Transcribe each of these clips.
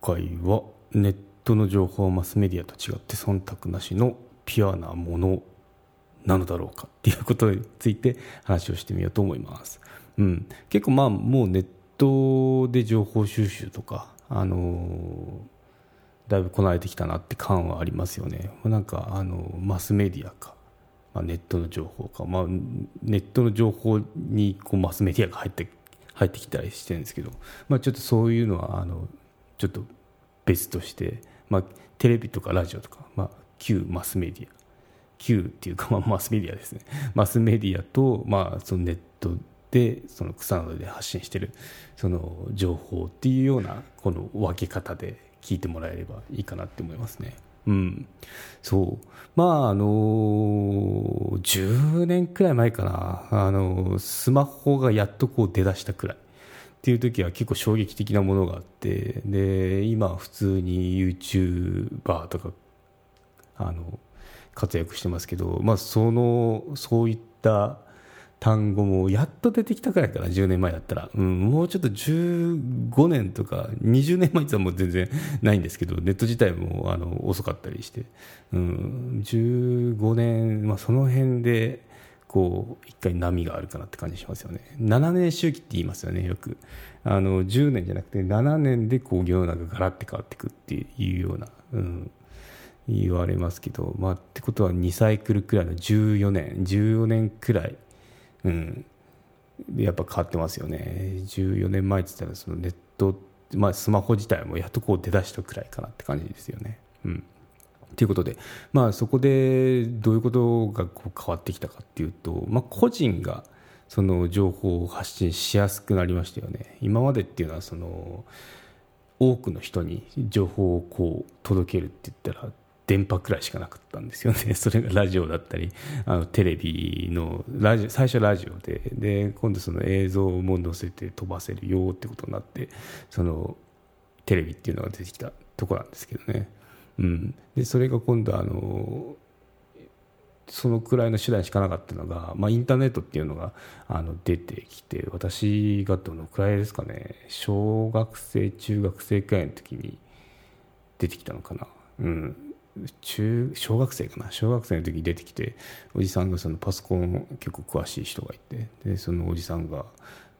回はネットの情報はマスメディアと違って忖度なしのピュアなものなのだろうかっていうことについて話をしてみようと思います。結構もうネットで情報収集とかだいぶこなれてきたなって感はありますよね。なんかマスメディアか、ネットの情報か、ネットの情報にこうマスメディアが入ってきたりしてるんですけど、ちょっとそういうのはちょっと別として、テレビとかラジオとか、旧マスメディア、旧っていうか、マスメディアですね。マスメディアと、そのネットでその草などで発信しているその情報っていうようなこの分け方で聞いてもらえればいいかなって思いますね。そう10年くらい前かな、スマホがやっとこう出だしたくらいっていう時は結構衝撃的なものがあって、で今は普通に YouTuber とか活躍してますけど、そういった単語もやっと出てきたくらいかな。10年前だったら、もうちょっと15年とか20年前ってはもう全然ないんですけど、ネット自体も遅かったりして、15年、その辺でこう一回波があるかなって感じしますよね。7年周期って言いますよね、よく。10年じゃなくて7年でこう世の中がガラッて変わっていくっていうような、言われますけど、ってことは2サイクルくらいの14年くらい、やっぱ変わってますよね。14年前って言ったらそのネット、スマホ自体もやっとこう出だしたくらいかなって感じですよね。ということで、そこでどういうことがこう変わってきたかっていうと、個人がその情報を発信しやすくなりましたよね。今までっていうのはその多くの人に情報をこう届けるって言ったら電波くらいしかなかったんですよね。それがラジオだったりテレビの最初ラジオで今度その映像も載せて飛ばせるよってことになって、そのテレビっていうのが出てきたところなんですけどね。でそれが今度そのくらいの手段しかなかったのが、インターネットっていうのが出てきて、私がどのくらいですかね、小学生中学生くらいの時に出てきたのかな。小学生の時に出てきて、おじさんがそのパソコン結構詳しい人がいて、でそのおじさんが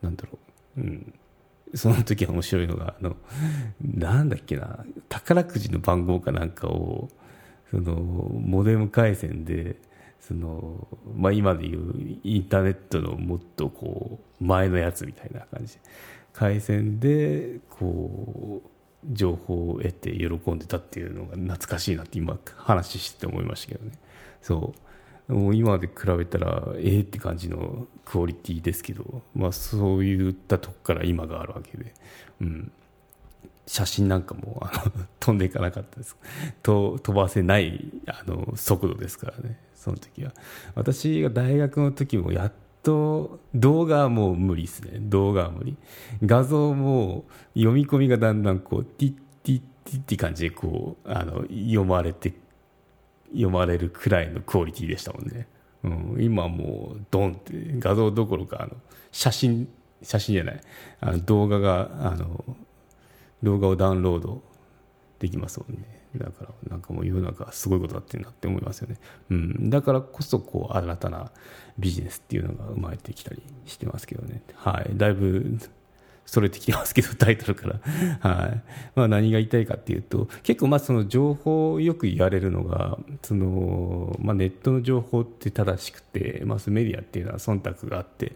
その時は面白いのがなんだっけな、宝くじの番号かなんかをそのモデム回線で今でいうインターネットのもっとこう前のやつみたいな感じで回線でこう情報を得て喜んでたっていうのが懐かしいなって今話してて思いましたけどね。もう今で比べたらって感じのクオリティですけど、そういったとこから今があるわけで、写真なんかも飛んでいかなかったです。飛ばせない速度ですからね。その時は私が大学の時もやっと動画はもう無理ですね。動画は無理。画像も読み込みがだんだんこうティッティッティッって感じでこう読まれるくらいのクオリティでしたもんね。今もうドンって画像どころか写真じゃない動画をダウンロードできますもんね。だからなんかもう世の中すごいことだってんなって思いますよね。だからこそこう新たなビジネスっていうのが生まれてきたりしてますけどね。だいぶそれてきてますけどタイトルから何が言いたいかっていうと、結構その情報よく言われるのがネットの情報って正しくてマスメディアっていうのは忖度があって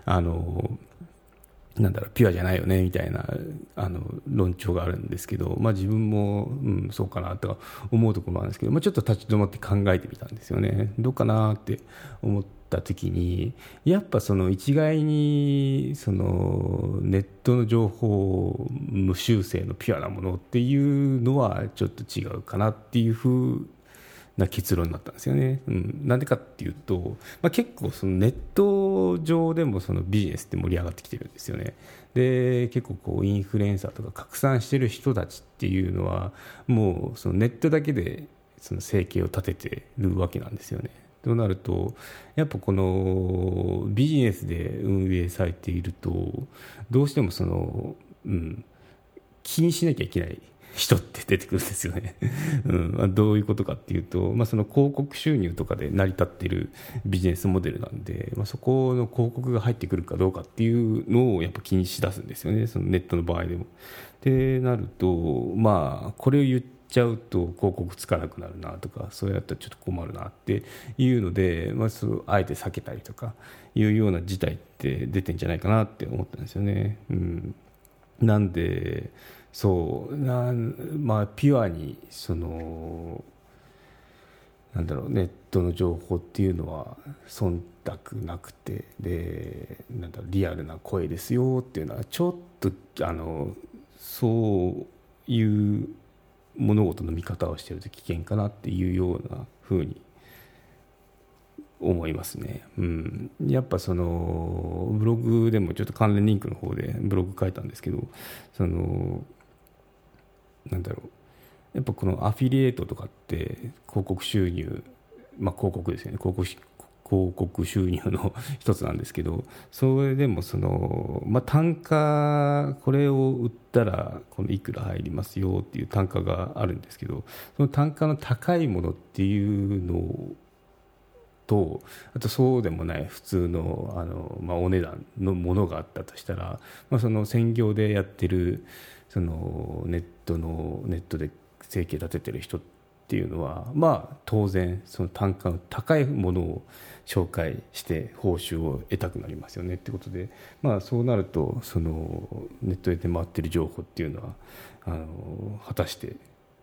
ピュアじゃないよねみたいな論調があるんですけど、自分も、そうかなとか思うところもあるんですけど、ちょっと立ち止まって考えてみたんですよね。どうかなって思った時に、やっぱ一概にネットの情報無修正のピュアなものっていうのはちょっと違うかなっていう風な結論になったんですよね。なんでかっていうと、結構ネット上でもビジネスって盛り上がってきてるんですよね。で結構こうインフルエンサーとか拡散してる人たちっていうのはもうネットだけで生計を立ててるわけなんですよね。となるとやっぱこのビジネスで運営されているとどうしても気にしなきゃいけない人って出てくるんですよね、どういうことかっていうと、その広告収入とかで成り立っているビジネスモデルなんで、そこの広告が入ってくるかどうかっていうのをやっぱ気にしだすんですよね、そのネットの場合でも。ってなると、これを言っちゃうと広告つかなくなるなとか、そうやったらちょっと困るなっていうので、そうあえて避けたりとかいうような事態って出てんじゃないかなって思ったんですよね。なんでそうピュアにそのネットの情報っていうのは忖度なくて、でリアルな声ですよっていうのはちょっとそういう物事の見方をしていると危険かなっていうようなふうに思いますね。やっぱそのブログでもちょっと関連リンクの方でブログ書いたんですけど、そのやっぱこのアフィリエイトとかって広告収入、広告ですよね、広告収入の一つなんですけど、それでもその、単価、これを売ったらこのいくら入りますよっていう単価があるんですけど、その単価の高いものっていうのと、あとそうでもない普通のお値段のものがあったとしたら、その専業でやってるそのネットで生計立ててる人っていうのは、当然その単価の高いものを紹介して報酬を得たくなりますよねってことで、そうなるとそのネットで出回ってる情報っていうのは果たして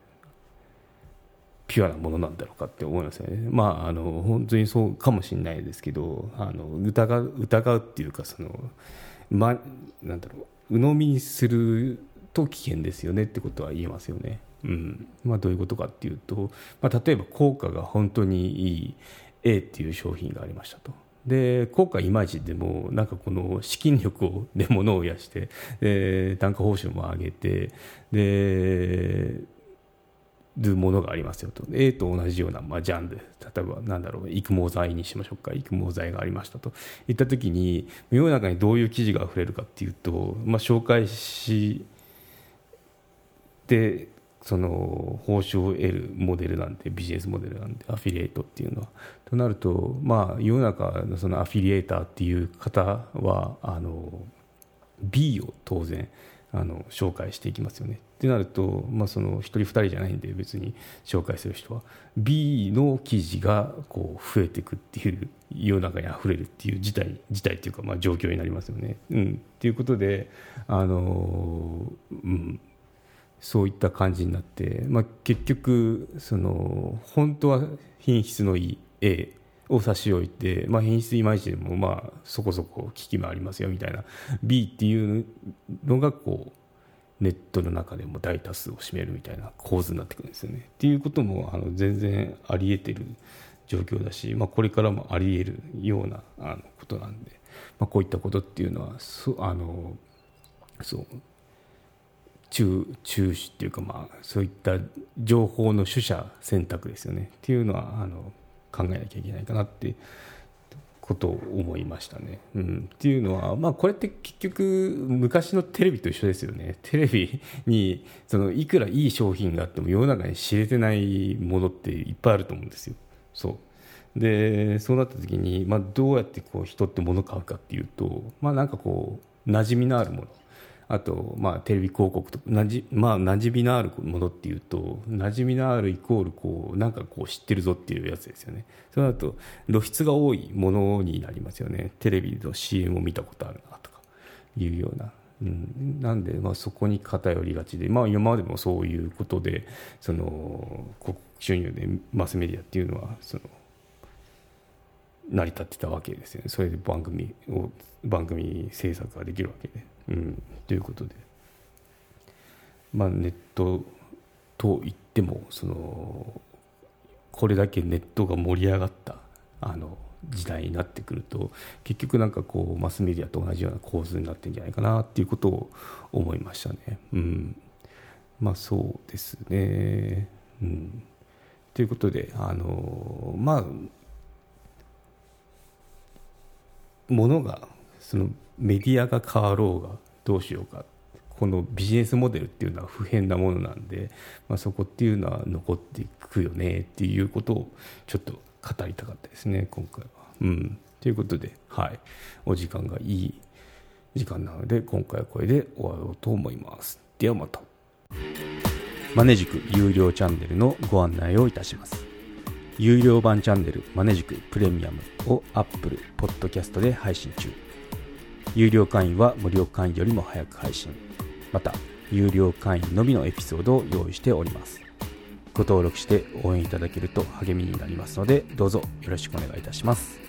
ピュアなものなんだろうかって思いますよね。本当にそうかもしれないですけど、疑うっていうか、その鵜呑みにすると危険ですよねってことは言えますよね。どういうことかっていうと、例えば効果が本当にいい A っていう商品がありましたと。で効果いまいちでもこの資金力で物を増やして、単価報酬も上げてでるものがありますよと。 A と同じような、ジャンル、例えば育毛剤にしましょうか。育毛剤がありましたといった時に、世の中にどういう記事が溢れるかっていうと、紹介してその報酬を得るモデルなんで、ビジネスモデルなんで、アフィリエイトっていうのは。となると、世の中のそのアフィリエイターっていう方はB を当然紹介していきますよね。ってなると、その1人2人じゃないんで、別に紹介する人は B の記事がこう増えていくっていう、世の中にあふれるっていう事態っていうか、状況になりますよね。っていうことで、そういった感じになって、結局その本当は品質のいい A を差し置いて、品質いまいちでもそこそこ効きもありますよみたいな B っていうのがこうネットの中でも大多数を占めるみたいな構図になってくるんですよね。っていうことも全然あり得てる状況だし、これからもあり得るようなことなんで、こういったことっていうのは中止っていうか、そういった情報の取捨選択ですよねっていうのは考えなきゃいけないかなってことを思いましたね。っていうのは、これって結局昔のテレビと一緒ですよね。テレビにいくらいい商品があっても世の中に知れてないものっていっぱいあると思うんですよ。そうなった時に、どうやってこう人って物を買うかっていうと、こう馴染みのあるもの、あと、テレビ広告とか馴染みのあるものっていうと、馴染みのあるイコールこう知ってるぞっていうやつですよね。そうなると露出が多いものになりますよね。テレビの CM を見たことあるなとかいうような。なんで、そこに偏りがちで、今までもそういうことで、その広告収入でマスメディアっていうのは成り立ってたわけですよね。それで番組制作ができるわけで、ということで、ネットといってもこれだけネットが盛り上がった時代になってくると、結局こうマスメディアと同じような構図になってるんじゃないかなっていうことを思いましたね。そうですね。ということでものがメディアが変わろうがどうしようか、 このビジネスモデルっていうのは不変なものなんで、そこっていうのは残っていくよねっていうことをちょっと語りたかったですね今回は。ということで、お時間がいい時間なので今回はこれで終わろうと思います。ではまた。マネジク有料チャンネルのご案内をいたします。有料版チャンネルマネジクプレミアムを Apple Podcast で配信中。有料会員は無料会員よりも早く配信。また有料会員のみのエピソードを用意しております。ご登録して応援いただけると励みになりますので、どうぞよろしくお願いいたします。